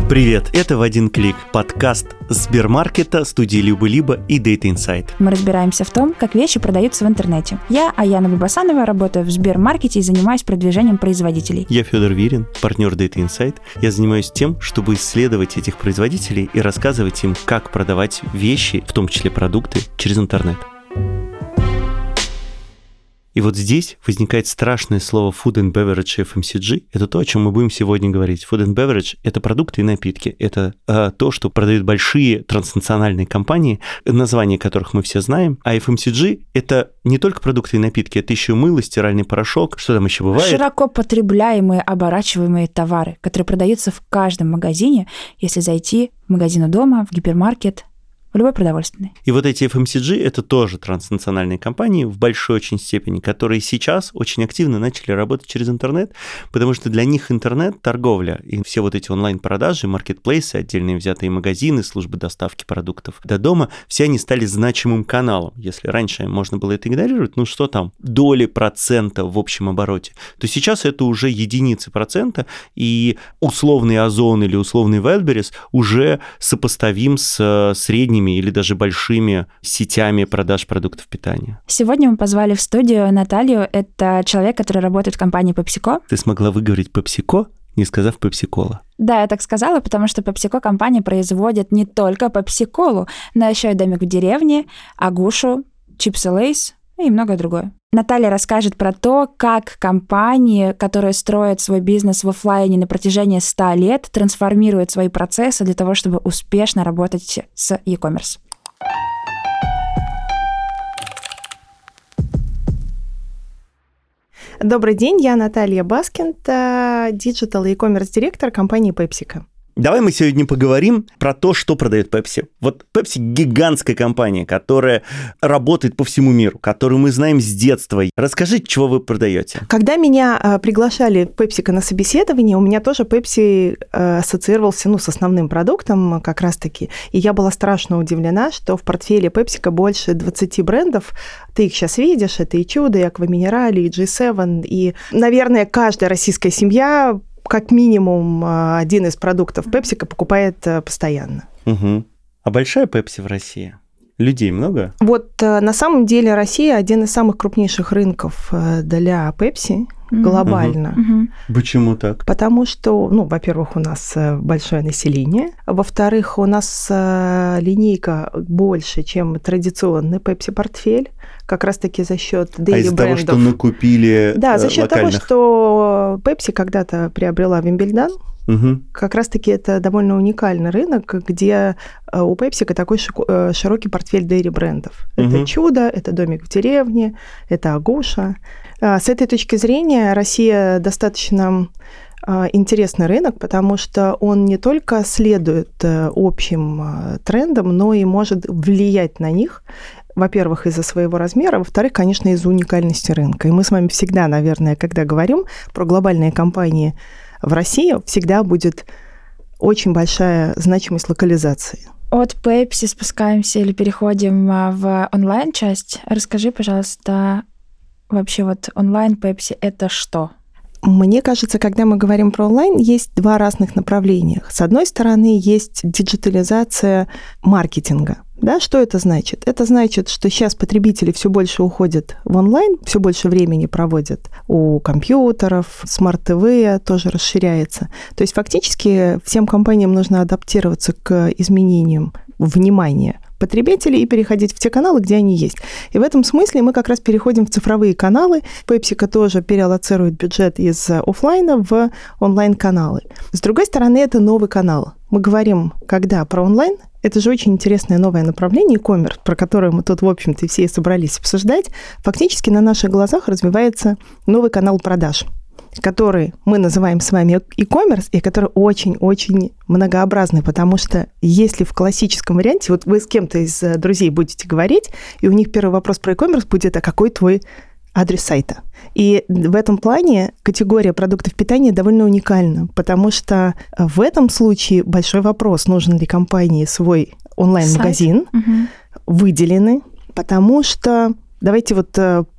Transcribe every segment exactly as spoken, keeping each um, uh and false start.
Привет, это «В один клик» – подкаст Сбермаркета, студии Любо-Либо и Data Insight. Мы разбираемся в том, как вещи продаются в интернете. Я, Аяна Бабасанова, работаю в Сбермаркете и занимаюсь продвижением производителей. Я Федор Вирин, партнер Data Insight. Я занимаюсь тем, чтобы исследовать этих производителей и рассказывать им, как продавать вещи, в том числе продукты, через интернет. И вот здесь возникает страшное слово Food and Beverage эф эм си джи. Это то, о чем мы будем сегодня говорить. Food and Beverage – это продукты и напитки. Это э, то, что продают большие транснациональные компании, названия которых мы все знаем. А эф эм си джи – это не только продукты и напитки, это еще мыло, стиральный порошок. Что там еще бывает? Широко потребляемые, оборачиваемые товары, которые продаются в каждом магазине, если зайти в магазин у дома, в гипермаркет, любой продовольственный. И вот эти эф эм си джи – это тоже транснациональные компании в большой очень степени, которые сейчас очень активно начали работать через интернет, потому что для них интернет, торговля и все вот эти онлайн-продажи, маркетплейсы, отдельные взятые магазины, службы доставки продуктов до дома, все они стали значимым каналом. Если раньше можно было это игнорировать, ну что там, доли процента в общем обороте, то сейчас это уже единицы процента, и условный Озон или условный Wildberries уже сопоставим с средним или даже большими сетями продаж продуктов питания. Сегодня мы позвали в студию Наталью. Это человек, который работает в компании PepsiCo. Ты смогла выговорить PepsiCo, не сказав Pepsi-Cola. Да, я так сказала, потому что PepsiCo компания производит не только Pepsi-Colу, но еще и домик в деревне, Агушу, чипсы Лейс и многое другое. Наталья расскажет про то, как компании, которые строят свой бизнес в офлайне на протяжении ста лет, трансформируют свои процессы для того, чтобы успешно работать с e-commerce. Добрый день, я Наталья Баскинд, диджитал и e-commerce директор компании PepsiCo. Давай мы сегодня поговорим про то, что продает Pepsi. Вот Pepsi – гигантская компания, которая работает по всему миру, которую мы знаем с детства. Расскажи, чего вы продаете. Когда меня а, приглашали в PepsiCo на собеседование, у меня тоже Pepsi а, ассоциировался ну, с основным продуктом как раз-таки. И я была страшно удивлена, что в портфеле PepsiCo больше двадцати брендов. Ты их сейчас видишь, это и Чудо, и Аква-Минерале, и джи семь. И, наверное, каждая российская семья как минимум один из продуктов PepsiCo покупает постоянно. Угу. А большая Pepsi в России? Людей много? Вот на самом деле Россия один из самых крупнейших рынков для Pepsi глобально. Угу. Почему так? Потому что, ну, во-первых, у нас большое население, во-вторых, у нас линейка больше, чем традиционный Pepsi-портфель, как раз-таки за счет дейли-брендов. А из-за того, что накупили Да, за счет локальных... того, что Pepsi когда-то приобрела Вимбельдан, угу. Как раз-таки это довольно уникальный рынок, где у PepsiCo такой широкий портфель дейли-брендов. Угу. Это Чудо, это домик в деревне, это Агуша. С этой точки зрения Россия достаточно интересный рынок, потому что он не только следует общим трендам, но и может влиять на них. Во-первых, из-за своего размера, во-вторых, конечно, из-за уникальности рынка. И мы с вами всегда, наверное, когда говорим про глобальные компании в России, всегда будет очень большая значимость локализации. От Pepsi спускаемся или переходим в онлайн-часть. Расскажи, пожалуйста, вообще вот онлайн Pepsi – это что? Мне кажется, когда мы говорим про онлайн, есть два разных направления. С одной стороны, есть диджитализация маркетинга. Да, что это значит? Это значит, что сейчас потребители все больше уходят в онлайн, все больше времени проводят у компьютеров, смарт-ТВ тоже расширяется. То есть фактически всем компаниям нужно адаптироваться к изменениям внимания потребителей и переходить в те каналы, где они есть. И в этом смысле мы как раз переходим в цифровые каналы. PepsiCo тоже переаллоцирует бюджет из офлайна в онлайн-каналы. С другой стороны, это новый канал. Мы говорим, когда про онлайн, это же очень интересное новое направление, e-commerce, про которое мы тут, в общем-то, все и собрались обсуждать. Фактически на наших глазах развивается новый канал продаж, который мы называем с вами e-commerce, и который очень-очень многообразный, потому что если в классическом варианте, вот вы с кем-то из друзей будете говорить, и у них первый вопрос про e-commerce будет, а какой твой адрес сайта? И в этом плане категория продуктов питания довольно уникальна, потому что в этом случае большой вопрос, нужен ли компании свой онлайн-магазин, угу. выделенный, потому что давайте вот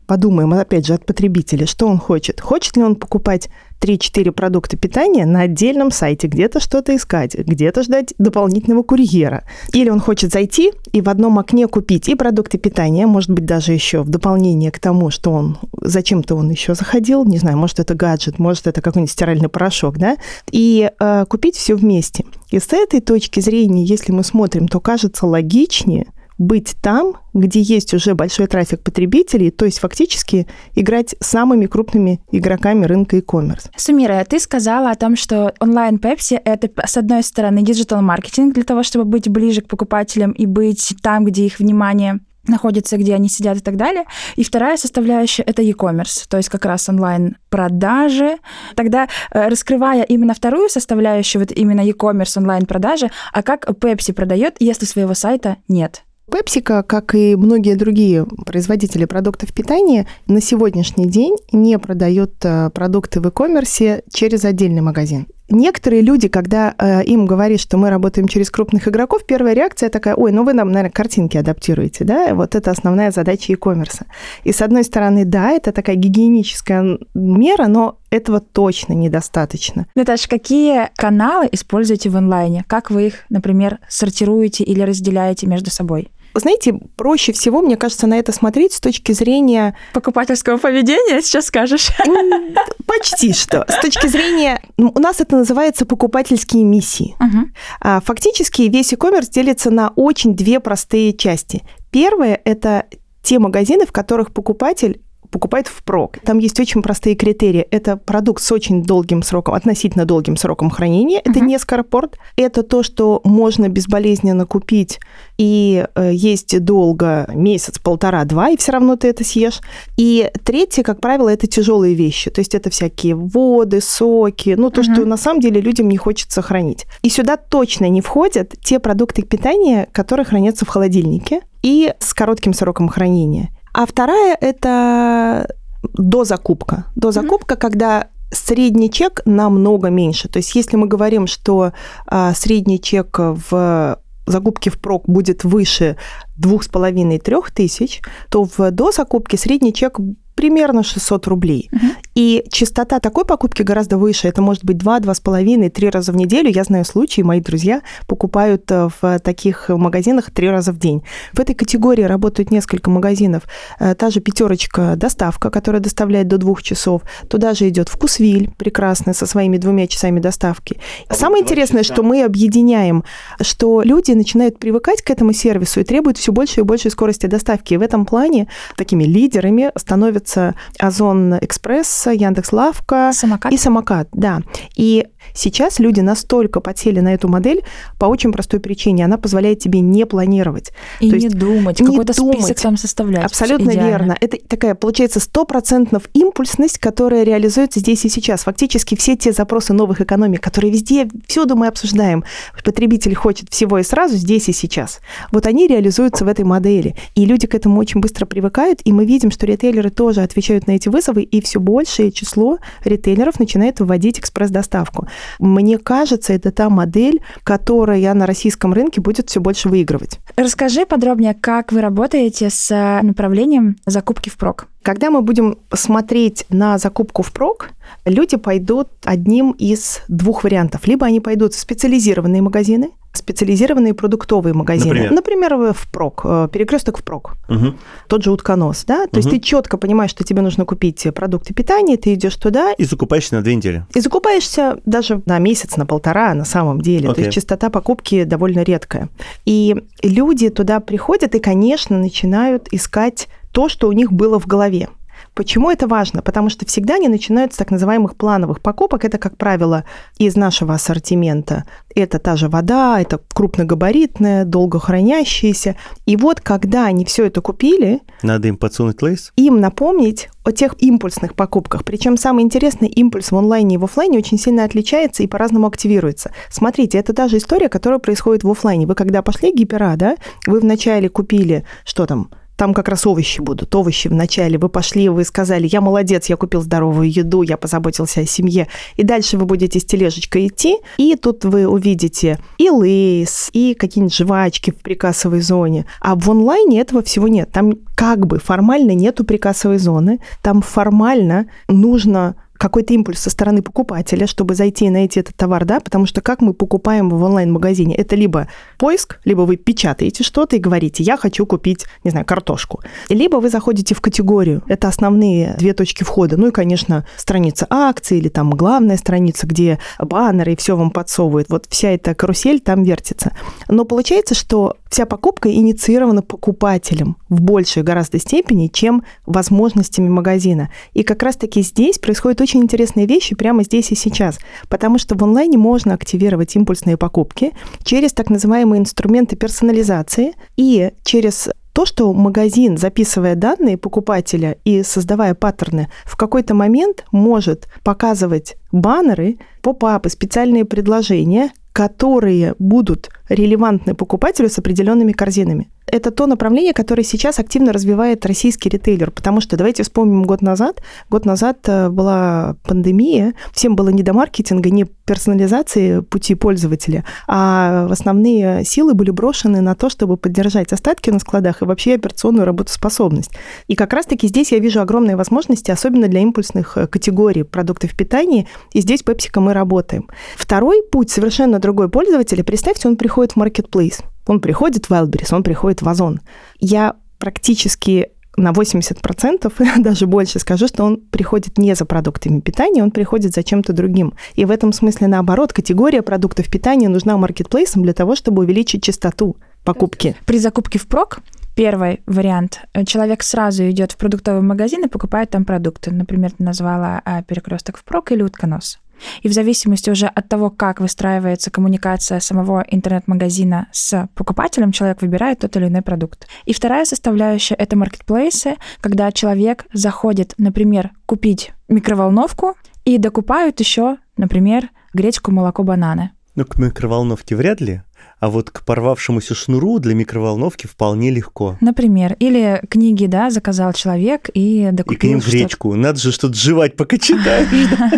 подумаем, опять же, от потребителя, что он хочет. Хочет ли он покупать три-четыре продукта питания на отдельном сайте, где-то что-то искать, где-то ждать дополнительного курьера. Или он хочет зайти и в одном окне купить и продукты питания, может быть, даже еще в дополнение к тому, что он зачем-то он еще заходил, не знаю, может, это гаджет, может, это какой-нибудь стиральный порошок, да, и э, купить все вместе. И с этой точки зрения, если мы смотрим, то кажется логичнее быть там, где есть уже большой трафик потребителей, то есть фактически играть с самыми крупными игроками рынка e-commerce. Сумира, ты сказала о том, что онлайн Pepsi — это, с одной стороны, диджитал-маркетинг для того, чтобы быть ближе к покупателям и быть там, где их внимание находится, где они сидят и так далее. И вторая составляющая — это e-commerce, то есть как раз онлайн-продажи. Тогда, раскрывая именно вторую составляющую, вот именно e-commerce, онлайн-продажи, а как Pepsi продает, если своего сайта нет? PepsiCo, как и многие другие производители продуктов питания, на сегодняшний день не продает продукты в e-commerce через отдельный магазин. Некоторые люди, когда э, им говоришь, что мы работаем через крупных игроков, первая реакция такая: ой, ну вы нам, наверное, картинки адаптируете, да? Вот это основная задача e-commerce. И с одной стороны, да, это такая гигиеническая мера, но этого точно недостаточно. Наташа, какие каналы используете в онлайне? Как вы их, например, сортируете или разделяете между собой? Знаете, проще всего, мне кажется, на это смотреть с точки зрения... Покупательского поведения, сейчас скажешь? Почти что. С точки зрения... У нас это называется покупательские миссии. Uh-huh. Фактически весь e-commerce делится на очень две простые части. Первое – это те магазины, в которых покупатель покупает впрок. Там есть очень простые критерии. Это продукт с очень долгим сроком, относительно долгим сроком хранения. Это uh-huh. не скоропорт. Это то, что можно безболезненно купить и э, есть долго, месяц, полтора, два, и все равно ты это съешь. И третье, как правило, это тяжелые вещи. То есть это всякие воды, соки, ну то, uh-huh. что на самом деле людям не хочется хранить. И сюда точно не входят те продукты питания, которые хранятся в холодильнике и с коротким сроком хранения. А вторая – это дозакупка. Дозакупка, mm-hmm. когда средний чек намного меньше. То есть если мы говорим, что а, средний чек в закупке впрок будет выше двух с половиной трёх тысяч, то в дозакупке средний чек примерно шестьсот рублей. Uh-huh. И частота такой покупки гораздо выше. Это может быть два, два с половиной, три раза в неделю. Я знаю случаи, мои друзья покупают в таких магазинах три раза в день. В этой категории работают несколько магазинов. Та же «Пятерочка» доставка, которая доставляет до двух часов. Туда же идет «Вкусвиль», прекрасный, со своими двумя часами доставки. А Самое интересное, часа. Что мы объединяем, что люди начинают привыкать к этому сервису и требуют все больше и больше скорости доставки. И в этом плане такими лидерами становятся Озон Экспресс, Яндекс.Лавка Самокат. И Самокат. Да. И сейчас люди настолько подсели на эту модель по очень простой причине. Она позволяет тебе не планировать. И То не есть думать, не какой-то думать. Список там составлять. Абсолютно верно. Это такая, получается, стопроцентная импульсность, которая реализуется здесь и сейчас. Фактически все те запросы новых экономик, которые везде, всюду мы обсуждаем, потребитель хочет всего и сразу, здесь и сейчас. Вот они реализуются в этой модели. И люди к этому очень быстро привыкают, и мы видим, что ритейлеры тоже отвечают на эти вызовы, и все большее число ритейлеров начинает вводить экспресс-доставку. Мне кажется, это та модель, которая на российском рынке будет все больше выигрывать. Расскажи подробнее, как вы работаете с направлением закупки впрок. Когда мы будем смотреть на закупку впрок, люди пойдут одним из двух вариантов. Либо они пойдут в специализированные магазины, специализированные продуктовые магазины. Например, Например впрок, перекресток впрок. Угу. Тот же утконос, да? То угу. есть ты четко понимаешь, что тебе нужно купить продукты питания, ты идешь туда. И закупаешься на две недели. И закупаешься даже на месяц, на полтора на самом деле. Okay. То есть частота покупки довольно редкая. И люди туда приходят и, конечно, начинают искать то, что у них было в голове. Почему это важно? Потому что всегда они начинают с так называемых плановых покупок. Это, как правило, из нашего ассортимента. Это та же вода, это крупногабаритная, долго хранящаяся. И вот, когда они все это купили... Надо им подсунуть лейс? Им напомнить о тех импульсных покупках. Причем самый интересный импульс в онлайне и в офлайне очень сильно отличается и по-разному активируется. Смотрите, это та же история, которая происходит в офлайне. Вы когда пошли к гипера, да, вы вначале купили, что там, Там как раз овощи будут. Овощи вначале. Вы пошли, вы сказали, я молодец, я купил здоровую еду, я позаботился о семье. И дальше вы будете с тележечкой идти, и тут вы увидите и лейс, и какие-нибудь жвачки в прикассовой зоне. А в онлайне этого всего нет. Там как бы формально нету прикассовой зоны. Там формально нужно какой-то импульс со стороны покупателя, чтобы зайти и найти этот товар, да, потому что как мы покупаем в онлайн-магазине? Это либо поиск, либо вы печатаете что-то и говорите, я хочу купить, не знаю, картошку. Либо вы заходите в категорию. Это основные две точки входа. Ну и, конечно, страница акций или там главная страница, где баннеры и все вам подсовывают. Вот вся эта карусель там вертится. Но получается, что вся покупка инициирована покупателем в большей гораздо степени, чем возможностями магазина. И как раз-таки здесь происходят очень интересные вещи прямо здесь и сейчас, потому что в онлайне можно активировать импульсные покупки через так называемые инструменты персонализации и через то, что магазин, записывая данные покупателя и создавая паттерны, в какой-то момент может показывать баннеры, поп-апы, специальные предложения, которые будут релевантны покупателю с определенными корзинами. Это то направление, которое сейчас активно развивает российский ритейлер, потому что давайте вспомним год назад. Год назад была пандемия, всем было не до маркетинга, не персонализации пути пользователя, а основные силы были брошены на то, чтобы поддержать остатки на складах и вообще операционную работоспособность. И как раз-таки здесь я вижу огромные возможности, особенно для импульсных категорий продуктов питания, и здесь PepsiCo мы работаем. Второй путь совершенно другой пользователя. Представьте, он приходит в Marketplace. Он приходит в Wildberries, он приходит в Озон. Я практически на восемьдесят процентов, даже больше скажу, что он приходит не за продуктами питания, он приходит за чем-то другим. И в этом смысле, наоборот, категория продуктов питания нужна маркетплейсам для того, чтобы увеличить частоту покупки. При закупке впрок первый вариант. Человек сразу идет в продуктовый магазин и покупает там продукты. Например, ты назвала перекресток впрок или утконос. И в зависимости уже от того, как выстраивается коммуникация самого интернет-магазина с покупателем, человек выбирает тот или иной продукт. И вторая составляющая — это маркетплейсы, когда человек заходит, например, купить микроволновку и докупают еще, например, гречку, молоко, бананы. Ну, к микроволновке вряд ли, а вот к порвавшемуся шнуру для микроволновки вполне легко. Например, или книги, да, заказал человек и докупил. И к ним гречку. Надо же что-то жевать, пока читаешь.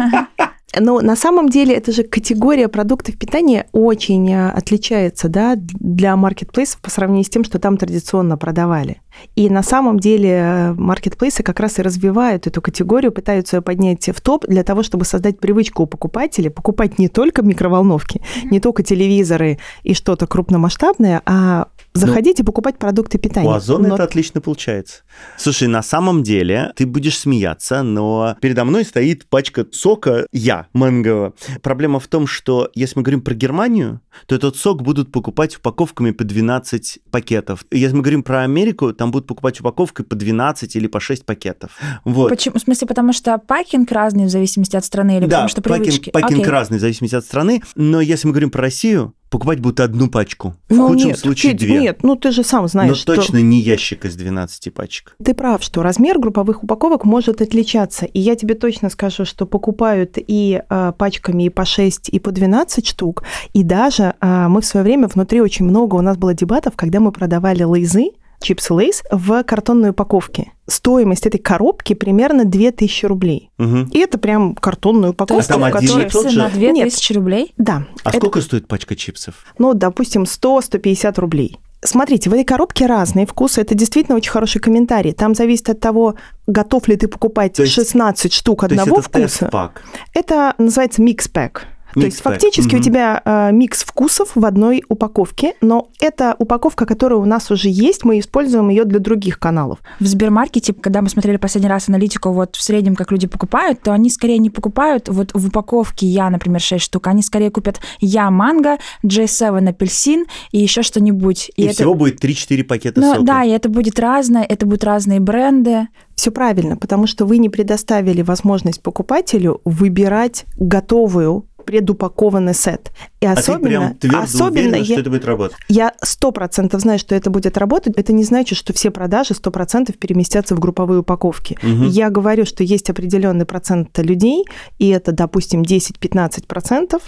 Но на самом деле это же категория продуктов питания очень отличается, да, для маркетплейсов по сравнению с тем, что там традиционно продавали. И на самом деле маркетплейсы как раз и развивают эту категорию, пытаются ее поднять в топ для того, чтобы создать привычку у покупателей покупать не только микроволновки, mm-hmm. не только телевизоры и что-то крупномасштабное, а заходить ну, и покупать продукты питания. У Озона но... это отлично получается. Слушай, на самом деле ты будешь смеяться, но передо мной стоит пачка сока «Я» мангового. Проблема в том, что если мы говорим про Германию, то этот сок будут покупать упаковками по двенадцать пакетов. Если мы говорим про Америку, там будут покупать упаковкой по двенадцать или по шесть пакетов. Вот. Почему? В смысле, потому что пакинг разный в зависимости от страны или да, потому что привычки? Да, пакинг okay. разный в зависимости от страны, но если мы говорим про Россию, покупать будут одну пачку. В ну, худшем нет, случае ты, две. Нет, ну ты же сам знаешь, Но что... точно не ящик из двенадцати пачек. Ты прав, что размер групповых упаковок может отличаться. И я тебе точно скажу, что покупают и э, пачками и по шесть, и по двенадцать штук. И даже э, мы в свое время внутри очень много, у нас было дебатов, когда мы продавали лейзы, чипсы Лейс в картонной упаковке. Стоимость этой коробки примерно две тысячи рублей. Угу. И это прям картонная упаковка. А там один и тот же? На две тысячи рублей? Да. А это... сколько стоит пачка чипсов? Ну, допустим, сто - сто пятьдесят рублей. Смотрите, в этой коробке разные вкусы. Это действительно очень хороший комментарий. Там зависит от того, готов ли ты покупать то есть, шестнадцать штук одного то есть это вкуса. тест-пак. Это называется микс-пэк. То есть фактически mm-hmm. у тебя э, микс вкусов в одной упаковке, но это упаковка, которая у нас уже есть, мы используем ее для других каналов. В Сбермаркете, когда мы смотрели последний раз аналитику, вот в среднем, как люди покупают, то они скорее не покупают вот в упаковке «Я», например, шесть штук, они скорее купят «Я» манго, джей семь апельсин и еще что-нибудь. И, и это... всего будет три-четыре пакета ну, сока. Да, и это будет разное, это будут разные бренды. Все правильно, потому что вы не предоставили возможность покупателю выбирать готовую предупакованный сет. И а особенно, ты прям твердо особенно уверена, я, что это будет работать? Я сто процентов знаю, что это будет работать. Это не значит, что все продажи сто процентов переместятся в групповые упаковки. Угу. Я говорю, что есть определенный процент людей, и это, допустим, десять-пятнадцать процентов,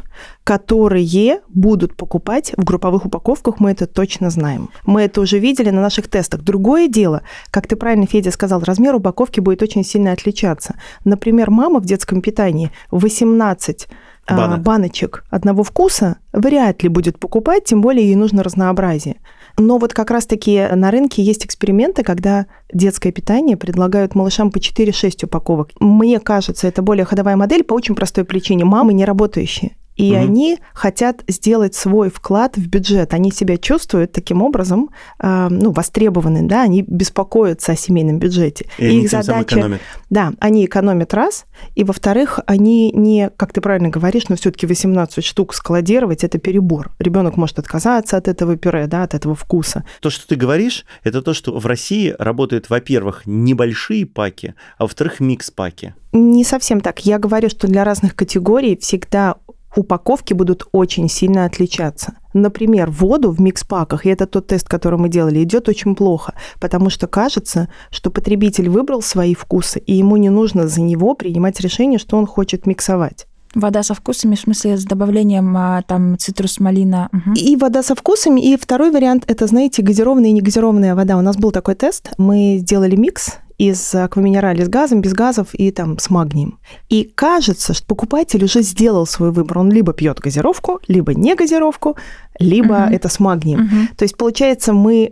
которые будут покупать в групповых упаковках, мы это точно знаем. Мы это уже видели на наших тестах. Другое дело, как ты правильно, Федя, сказал, размер упаковки будет очень сильно отличаться. Например, мама в детском питании восемнадцать Банок. баночек одного вкуса вряд ли будет покупать, тем более ей нужно разнообразие. Но вот как раз-таки на рынке есть эксперименты, когда детское питание предлагают малышам по четыре-шесть упаковок. Мне кажется, это более ходовая модель по очень простой причине. Мамы не работающие. И mm-hmm. они хотят сделать свой вклад в бюджет. Они себя чувствуют таким образом, э, ну, востребованными, да, они беспокоятся о семейном бюджете. И, и они их задача, экономят. Да, они экономят раз, и во-вторых, они не, как ты правильно говоришь, но все-таки восемнадцать штук складировать – это перебор. Ребенок может отказаться от этого пюре, да, от этого вкуса. То, что ты говоришь, это то, что в России работают, во-первых, небольшие паки, а во-вторых, микс-паки. Не совсем так. Я говорю, что для разных категорий всегда упаковки будут очень сильно отличаться. Например, воду в микс-паках, и это тот тест, который мы делали, идет очень плохо, потому что кажется, что потребитель выбрал свои вкусы, и ему не нужно за него принимать решение, что он хочет миксовать. Вода со вкусами, в смысле, с добавлением там цитрус, малина. Угу. И вода со вкусами, и второй вариант – это, знаете, газированная и негазированная вода. У нас был такой тест, мы сделали микс из акваминерали с газом, без газов и там с магнием. И кажется, что покупатель уже сделал свой выбор. Он либо пьет газировку, либо не газировку, либо uh-huh. это с магнием. Uh-huh. То есть, получается, мы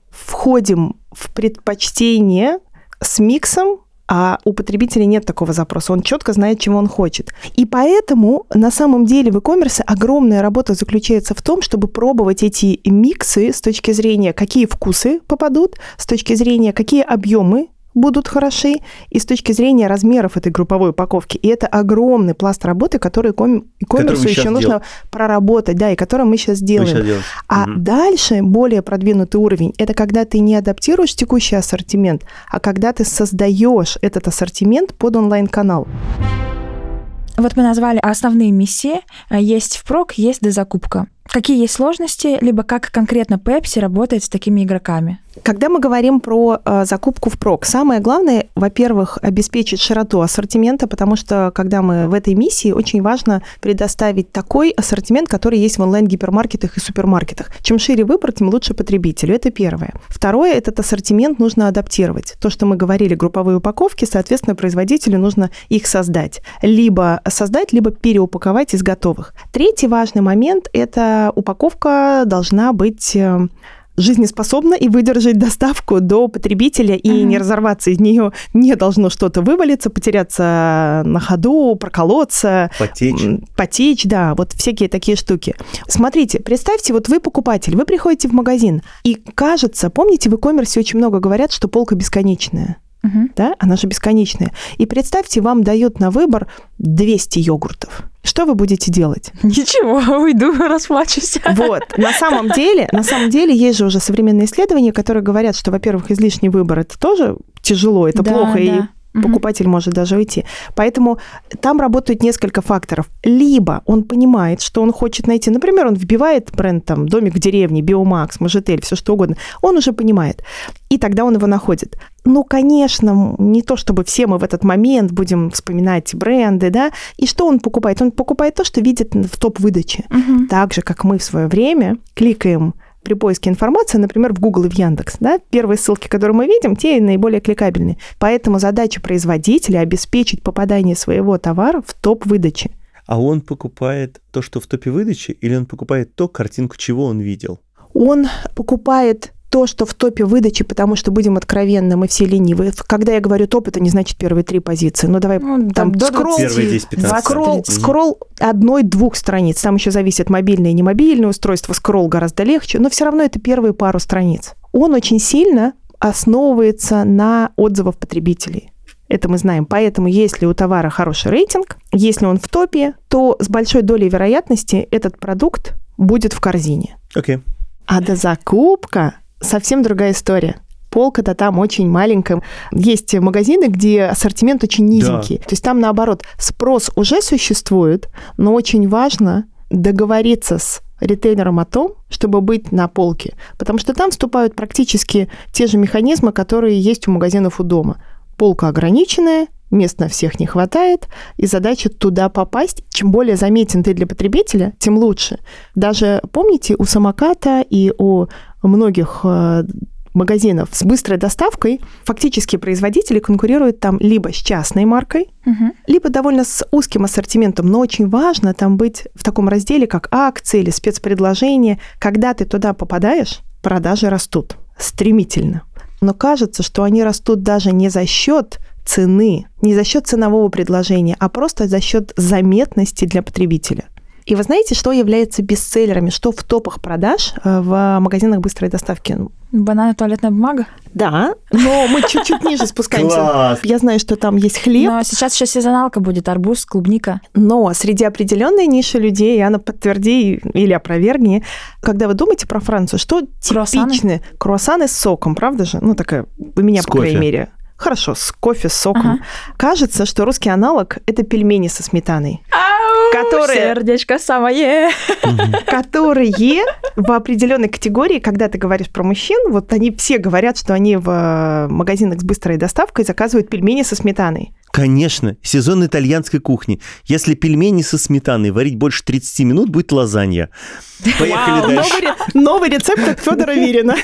входим в предпочтение с миксом, а у потребителя нет такого запроса. Он четко знает, чего он хочет. И поэтому на самом деле в e-commerce огромная работа заключается в том, чтобы пробовать эти миксы с точки зрения, какие вкусы попадут, с точки зрения, какие объемы будут хороши, и с точки зрения размеров этой групповой упаковки. И это огромный пласт работы, который e-commerce еще нужно делаем. проработать, да, и который мы сейчас делаем. А угу. дальше более продвинутый уровень – это когда ты не адаптируешь текущий ассортимент, а когда ты создаешь этот ассортимент под онлайн-канал. Вот мы назвали основные миссии. Есть впрок, есть дозакупка. Какие есть сложности, либо как конкретно Pepsi работает с такими игроками? Когда мы говорим про э, закупку впрок, самое главное, во-первых, обеспечить широту ассортимента, потому что, когда мы в этой миссии, очень важно предоставить такой ассортимент, который есть в онлайн-гипермаркетах и супермаркетах. Чем шире выбор, тем лучше потребителю. Это первое. Второе, этот ассортимент нужно адаптировать. То, что мы говорили, групповые упаковки, соответственно, производителю нужно их создать. Либо создать, либо переупаковать из готовых. Третий важный момент – это упаковка должна быть жизнеспособна и выдержать доставку до потребителя, и uh-huh. не разорваться из нее, не должно что-то вывалиться, потеряться на ходу, проколоться. Потечь. Потечь, да, вот всякие такие штуки. Смотрите, представьте, вот вы покупатель, вы приходите в магазин, и кажется, помните, в e-commerce очень много говорят, что полка бесконечная. Uh-huh. Да, она же бесконечная. И представьте, вам дают на выбор двести йогуртов. Что вы будете делать? Ничего, уйду, расплачусь. Вот. На самом деле, на самом деле есть же уже современные исследования, которые говорят, что, во-первых, излишний выбор – это тоже тяжело, это да, плохо, да. и покупатель угу. может даже уйти. Поэтому там работают несколько факторов. Либо он понимает, что он хочет найти, например, он вбивает бренд там «Домик в деревне», «Биомакс», «Можитель», все что угодно. Он уже понимает. И тогда он его находит. Ну, конечно, не то чтобы все мы в этот момент будем вспоминать бренды, да. И что он покупает? Он покупает то, что видит в топ-выдаче. Угу. Так же, как мы в свое время кликаем при поиске информации, например, в Google и в Яндекс, да, первые ссылки, которые мы видим, те наиболее кликабельные. Поэтому задача производителя – обеспечить попадание своего товара в топ выдачи. А он покупает то, что в топе выдачи, или он покупает то, картинку чего он видел? Он покупает то, что в топе выдачи, потому что, будем откровенны, мы все ленивые. Когда я говорю топ, это не значит первые три позиции. Ну, давай ну, там, там скролл, скролл, скролл одной-двух страниц. Там еще зависит мобильное и немобильное устройство. Скролл гораздо легче, но все равно это первые пару страниц. Он очень сильно основывается на отзывах потребителей. Это мы знаем. Поэтому, если у товара хороший рейтинг, если он в топе, то с большой долей вероятности этот продукт будет в корзине. Окей. Okay. А дозакупка совсем другая история. полка-то там очень маленькая. Есть магазины, где ассортимент очень низенький. Да. То есть там, наоборот, спрос уже существует, но очень важно договориться с ритейлером о том, чтобы быть на полке. Потому что там вступают практически те же механизмы, которые есть у магазинов у дома. Полка ограниченная, мест на всех не хватает, и задача туда попасть. Чем более заметен ты для потребителя, тем лучше. Даже, помните, у самоката и у многих магазинов с быстрой доставкой фактически производители конкурируют там либо с частной маркой, угу. либо довольно с узким ассортиментом. Но очень важно там быть в таком разделе, как акции или спецпредложения. Когда ты туда попадаешь, продажи растут стремительно. Но кажется, что они растут даже не за счет цены, не за счет ценового предложения, а просто за счет заметности для потребителя. И вы знаете, что является бестселлерами, что в топах продаж в магазинах быстрой доставки? Бананы, туалетная бумага? Да, но мы чуть-чуть ниже спускаемся. Класс. Я знаю, что там есть хлеб. Но сейчас еще сезоналка будет, арбуз, клубника. Но среди определенной ниши людей, Яна, подтверди или опровергни, когда вы думаете про Францию, что типичные? Круассаны с соком, правда же? Ну, такая, у меня, с по кофе. крайней мере. Хорошо, с кофе, с соком. Ага. Кажется, что русский аналог – это пельмени со сметаной. Которые, сердечко самое. которые в определенной категории, когда ты говоришь про мужчин, вот они все говорят, что они в магазинах с быстрой доставкой заказывают пельмени со сметаной. Конечно, сезон итальянской кухни. Если пельмени со сметаной варить больше тридцать минут, будет лазанья. Поехали Вау, дальше. Новый, новый рецепт от Федора Вирина.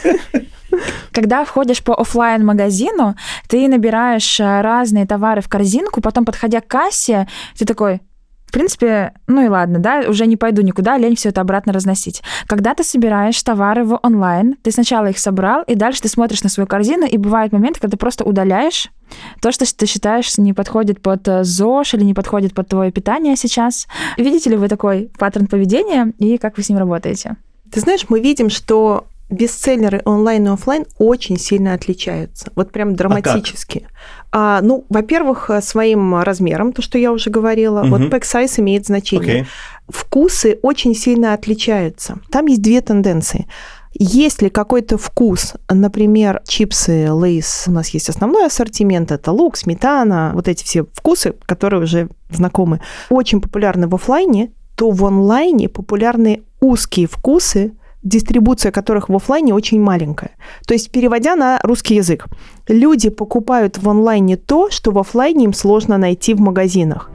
Когда входишь по офлайн-магазину, ты набираешь разные товары в корзинку, потом, подходя к кассе, ты такой... В принципе, ну и ладно, да, уже не пойду никуда, лень все это обратно разносить. Когда ты собираешь товары в онлайн, ты сначала их собрал, и дальше ты смотришь на свою корзину, и бывают моменты, когда ты просто удаляешь то, что ты считаешь не подходит под ЗОЖ или не подходит под твое питание сейчас. Видите ли вы такой паттерн поведения, и как вы с ним работаете? Ты знаешь, мы видим, что бестселлеры онлайн и офлайн очень сильно отличаются. Вот прям драматически. А, а, ну, во-первых, своим размером, то, что я уже говорила. Угу. Вот pack size имеет значение. Okay. Вкусы очень сильно отличаются. Там есть две тенденции. Если какой-то вкус, например, чипсы Lay's, у нас есть основной ассортимент, это лук, сметана, вот эти все вкусы, которые уже знакомы, очень популярны в офлайне, то в онлайне популярны узкие вкусы, дистрибуция которых в офлайне очень маленькая. То есть, переводя на русский язык, люди покупают в онлайне то, что в офлайне им сложно найти в магазинах.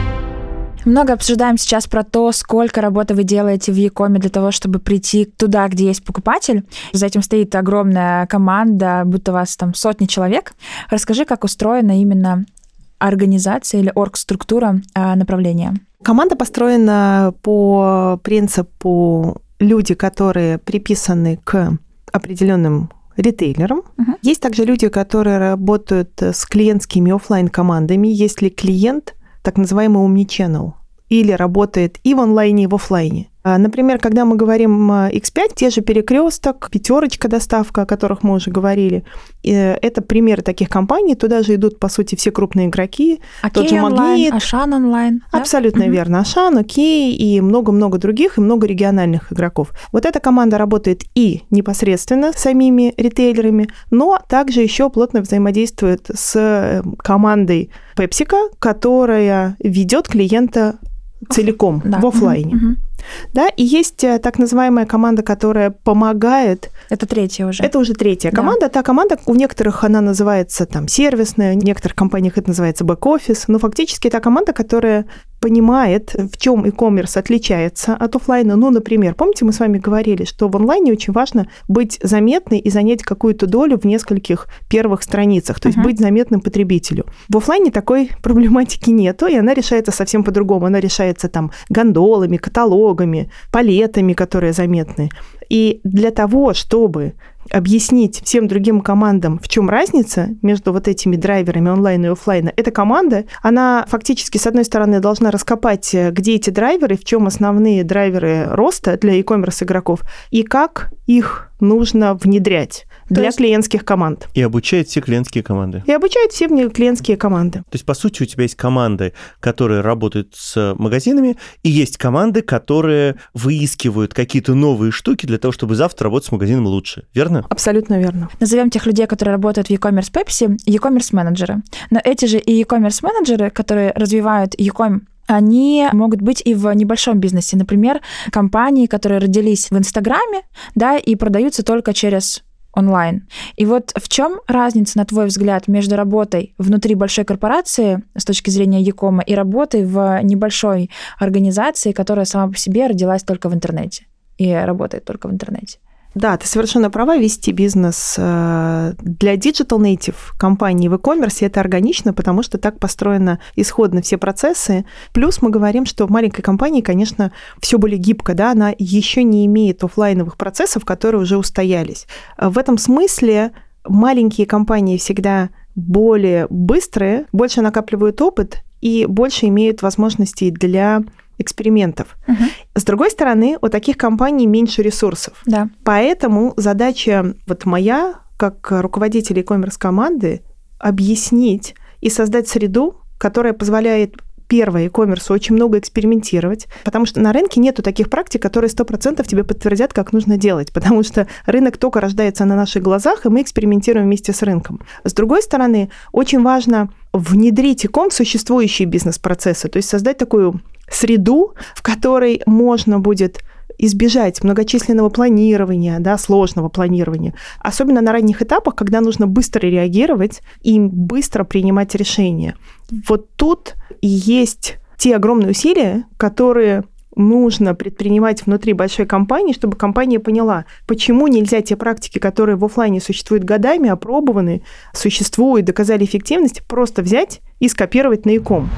Много обсуждаем сейчас про то, сколько работы вы делаете в e-коме для того, чтобы прийти туда, где есть покупатель. За этим стоит огромная команда, будто у вас там сотни человек. Расскажи, как устроена именно организация или оргструктура направления. Команда построена по принципу люди, которые приписаны к определенным ритейлерам. Uh-huh. Есть также люди, которые работают с клиентскими офлайн-командами. Если клиент, так называемый omnichannel, или работает и в онлайне, и в офлайне. Например, когда мы говорим икс пять, те же Перекресток, Пятерочка доставка, о которых мы уже говорили, это примеры таких компаний. Туда же идут, по сути, все крупные игроки. Окей, тот же Магнит. Ашан онлайн. Абсолютно да? верно. Ашан, Окей и много-много других, и много региональных игроков. Вот эта команда работает и непосредственно с самими ритейлерами, но также еще плотно взаимодействует с командой PepsiCo, которая ведет клиента целиком да. в офлайне. Угу. Да, и есть так называемая команда, которая помогает. Это третья уже. Это уже третья команда. Да. Та команда, у некоторых она называется там сервисная, в некоторых компаниях это называется бэк-офис, но фактически та команда, которая понимает, в чем e-commerce отличается от офлайна. Ну, например, помните, мы с вами говорили, что в онлайне очень важно быть заметной и занять какую-то долю в нескольких первых страницах, то есть uh-huh. быть заметным потребителю. В офлайне такой проблематики нету, и она решается совсем по-другому. Она решается там гондолами, каталогами, палетами, которые заметны. И для того, чтобы объяснить всем другим командам, в чем разница между вот этими драйверами онлайна и офлайна, эта команда, она фактически, с одной стороны, должна раскопать, где эти драйверы, в чем основные драйверы роста для e-commerce игроков, и как их нужно внедрять То для есть... клиентских команд. И обучает все клиентские команды. И обучает все клиентские команды. То есть, по сути, у тебя есть команды, которые работают с магазинами, и есть команды, которые выискивают какие-то новые штуки для для того, чтобы завтра работать с магазином лучше, верно? Абсолютно верно. Назовем тех людей, которые работают в e-commerce Pepsi, e-commerce менеджеры. Но эти же и e-commerce менеджеры, которые развивают e-com, они могут быть и в небольшом бизнесе. Например, компании, которые родились в Инстаграме, да, и продаются только через онлайн. И вот в чем разница, на твой взгляд, между работой внутри большой корпорации с точки зрения e-com и работой в небольшой организации, которая сама по себе родилась только в интернете и работает только в интернете? Да, ты совершенно права, вести бизнес для digital native компаний в e-commerce это органично, потому что так построены исходно все процессы. Плюс мы говорим, что в маленькой компании, конечно, все более гибко, да, она еще не имеет офлайновых процессов, которые уже устоялись. В этом смысле маленькие компании всегда более быстрые, больше накапливают опыт и больше имеют возможностей для экспериментов. Угу. С другой стороны, у таких компаний меньше ресурсов. Да. Поэтому задача вот моя, как руководителя e-commerce команды, объяснить и создать среду, которая позволяет, первое, e-commerce очень много экспериментировать, потому что на рынке нету таких практик, которые сто процентов тебе подтвердят, как нужно делать, потому что рынок только рождается на наших глазах, и мы экспериментируем вместе с рынком. С другой стороны, очень важно внедрить e-com в существующие бизнес-процессы, то есть создать такую среду, в которой можно будет избежать многочисленного планирования, да, сложного планирования, особенно на ранних этапах, когда нужно быстро реагировать и быстро принимать решения. Вот тут и есть те огромные усилия, которые нужно предпринимать внутри большой компании, чтобы компания поняла, почему нельзя те практики, которые в офлайне существуют годами, опробованы, существуют, доказали эффективность, просто взять и скопировать на e-com.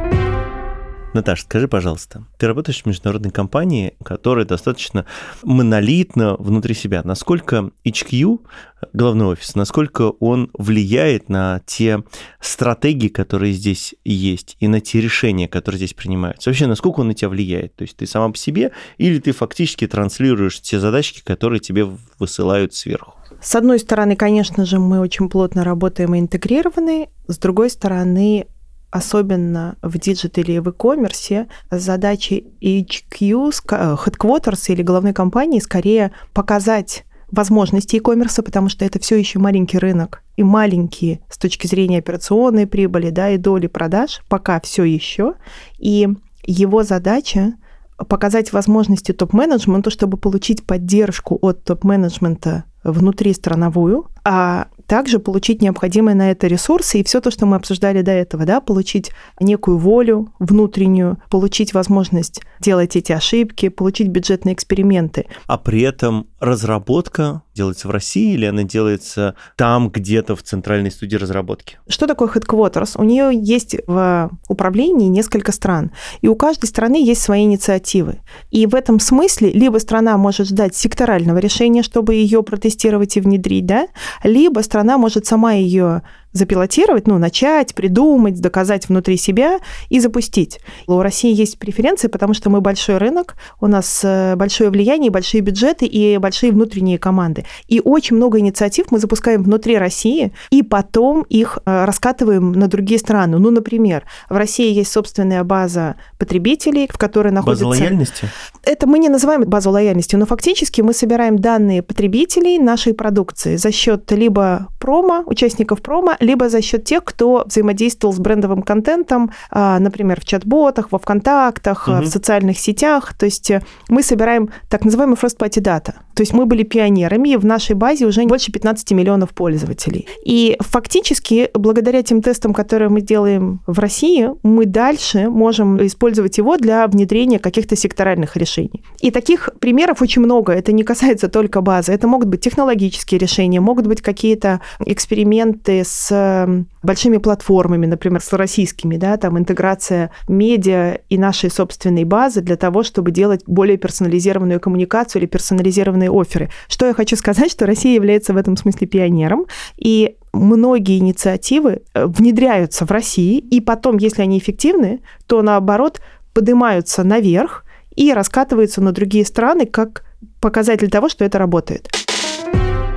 Наташа, скажи, пожалуйста, ты работаешь в международной компании, которая достаточно монолитна внутри себя. Насколько эйч кью, главный офис, насколько он влияет на те стратегии, которые здесь есть, и на те решения, которые здесь принимаются? Вообще, насколько он на тебя влияет? То есть ты сама по себе, или ты фактически транслируешь те задачки, которые тебе высылают сверху? С одной стороны, конечно же, мы очень плотно работаем и интегрированы. С другой стороны, особенно в диджитале и в e-commerce, задачи эйч кью, headquarters или головной компании скорее показать возможности e-commerce, потому что это все еще маленький рынок и маленькие с точки зрения операционной прибыли, да, и доли продаж, пока все еще. И его задача показать возможности топ-менеджменту, чтобы получить поддержку от топ-менеджмента внутристрановую, а также получить необходимые на это ресурсы и все то, что мы обсуждали до этого, да, получить некую волю внутреннюю, получить возможность делать эти ошибки, получить бюджетные эксперименты. А при этом разработка делается в России или она делается там, где-то в центральной студии разработки? Что такое headquarters? У нее есть в управлении несколько стран, и у каждой страны есть свои инициативы. И в этом смысле либо страна может ждать секторального решения, чтобы ее протестировать и внедрить, да, либо страна может сама ее запилотировать, ну, начать, придумать, доказать внутри себя и запустить. У России есть преференции, потому что мы большой рынок, у нас большое влияние, большие бюджеты и большие внутренние команды. И очень много инициатив мы запускаем внутри России, и потом их раскатываем на другие страны. Ну, например, в России есть собственная база потребителей, в которой находится... База лояльности? Это мы не называем базу лояльности, но фактически мы собираем данные потребителей нашей продукции за счет либо промо, участников промо, либо за счет тех, кто взаимодействовал с брендовым контентом, например, в чат-ботах, во ВКонтактах, угу. в социальных сетях. То есть мы собираем так называемый first-party data. То есть мы были пионерами, и в нашей базе уже больше пятнадцать миллионов пользователей. И фактически, благодаря тем тестам, которые мы делаем в России, мы дальше можем использовать его для внедрения каких-то секторальных решений. И таких примеров очень много. Это не касается только базы. Это могут быть технологические решения, могут быть какие-то эксперименты с большими платформами, например, с российскими, да, там интеграция медиа и нашей собственной базы для того, чтобы делать более персонализированную коммуникацию или персонализированные офферы. Что я хочу сказать, что Россия является в этом смысле пионером, и многие инициативы внедряются в России, и потом, если они эффективны, то наоборот поднимаются наверх и раскатываются на другие страны как показатель того, что это работает.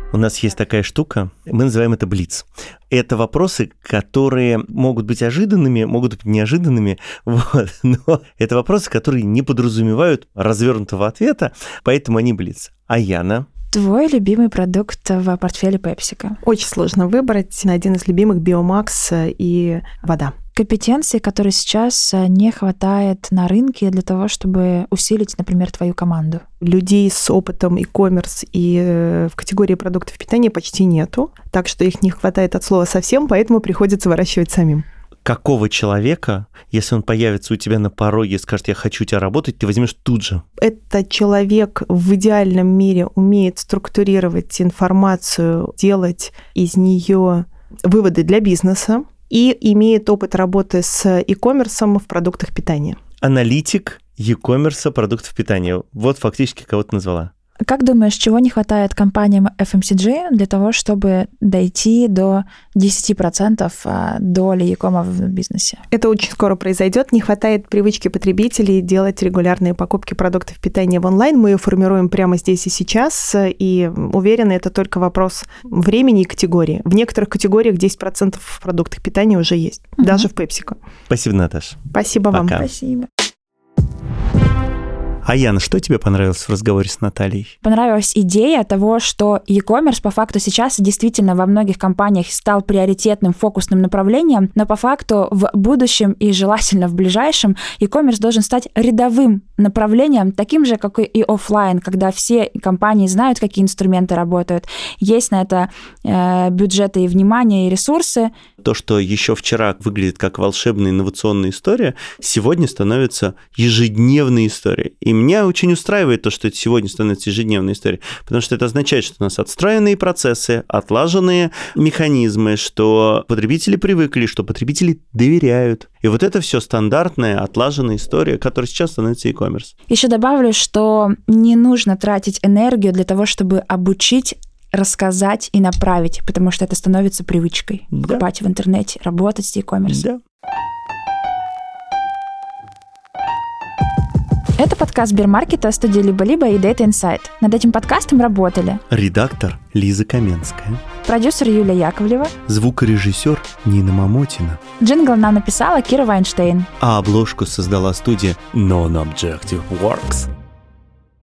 У нас есть такая штука, мы называем это блиц. Это вопросы, которые могут быть ожиданными, могут быть неожиданными, вот, но это вопросы, которые не подразумевают развернутого ответа, поэтому они блиц. А Яна? Твой любимый продукт в портфеле PepsiCo? Очень сложно выбрать. Один из любимых — Биомакс и вода. Компетенции, которые сейчас не хватает на рынке для того, чтобы усилить, например, твою команду? Людей с опытом e-commerce и в категории продуктов питания почти нету, так что их не хватает от слова совсем, поэтому приходится выращивать самим. Какого человека, если он появится у тебя на пороге и скажет: я хочу у тебя работать, ты возьмешь тут же? Этот человек в идеальном мире умеет структурировать информацию, делать из нее выводы для бизнеса и имеет опыт работы с e-commerce в продуктах питания. Аналитик e-commerce продуктов питания. Вот фактически кого ты назвала. Как думаешь, чего не хватает компаниям эф эм си джи для того, чтобы дойти до десять процентов доли e-кома в бизнесе? Это очень скоро произойдет. Не хватает привычки потребителей делать регулярные покупки продуктов питания в онлайн. Мы ее формируем прямо здесь и сейчас, и уверены, это только вопрос времени и категории. В некоторых категориях десять процентов продуктов питания уже есть, угу. даже в PepsiCo. Спасибо, Наташа. Спасибо Пока. вам. Спасибо. А Яна, что тебе понравилось в разговоре с Натальей? Понравилась идея того, что e-commerce по факту сейчас действительно во многих компаниях стал приоритетным фокусным направлением, но по факту в будущем и желательно в ближайшем e-commerce должен стать рядовым направлением, таким же, как и офлайн, когда все компании знают, какие инструменты работают, есть на это э, бюджеты и внимание, и ресурсы. То, что еще вчера выглядит как волшебная инновационная история, сегодня становится ежедневной историей. И меня очень устраивает то, что это сегодня становится ежедневной историей, потому что это означает, что у нас отстроенные процессы, отлаженные механизмы, что потребители привыкли, что потребители доверяют. И вот это все стандартная, отлаженная история, которая сейчас становится e-commerce. Еще добавлю, что не нужно тратить энергию для того, чтобы обучить, рассказать и направить, потому что это становится привычкой. Да. Покупать в интернете, работать с e-commerce. Да. Это подкаст Сбермаркета, студии «Либо-либо» и Data Insight. Над этим подкастом работали редактор Лиза Каменская, продюсер Юлия Яковлева, звукорежиссер Нина Мамотина. Джингл нам написала Кира Вайнштейн. А обложку создала студия Non-Objective Works.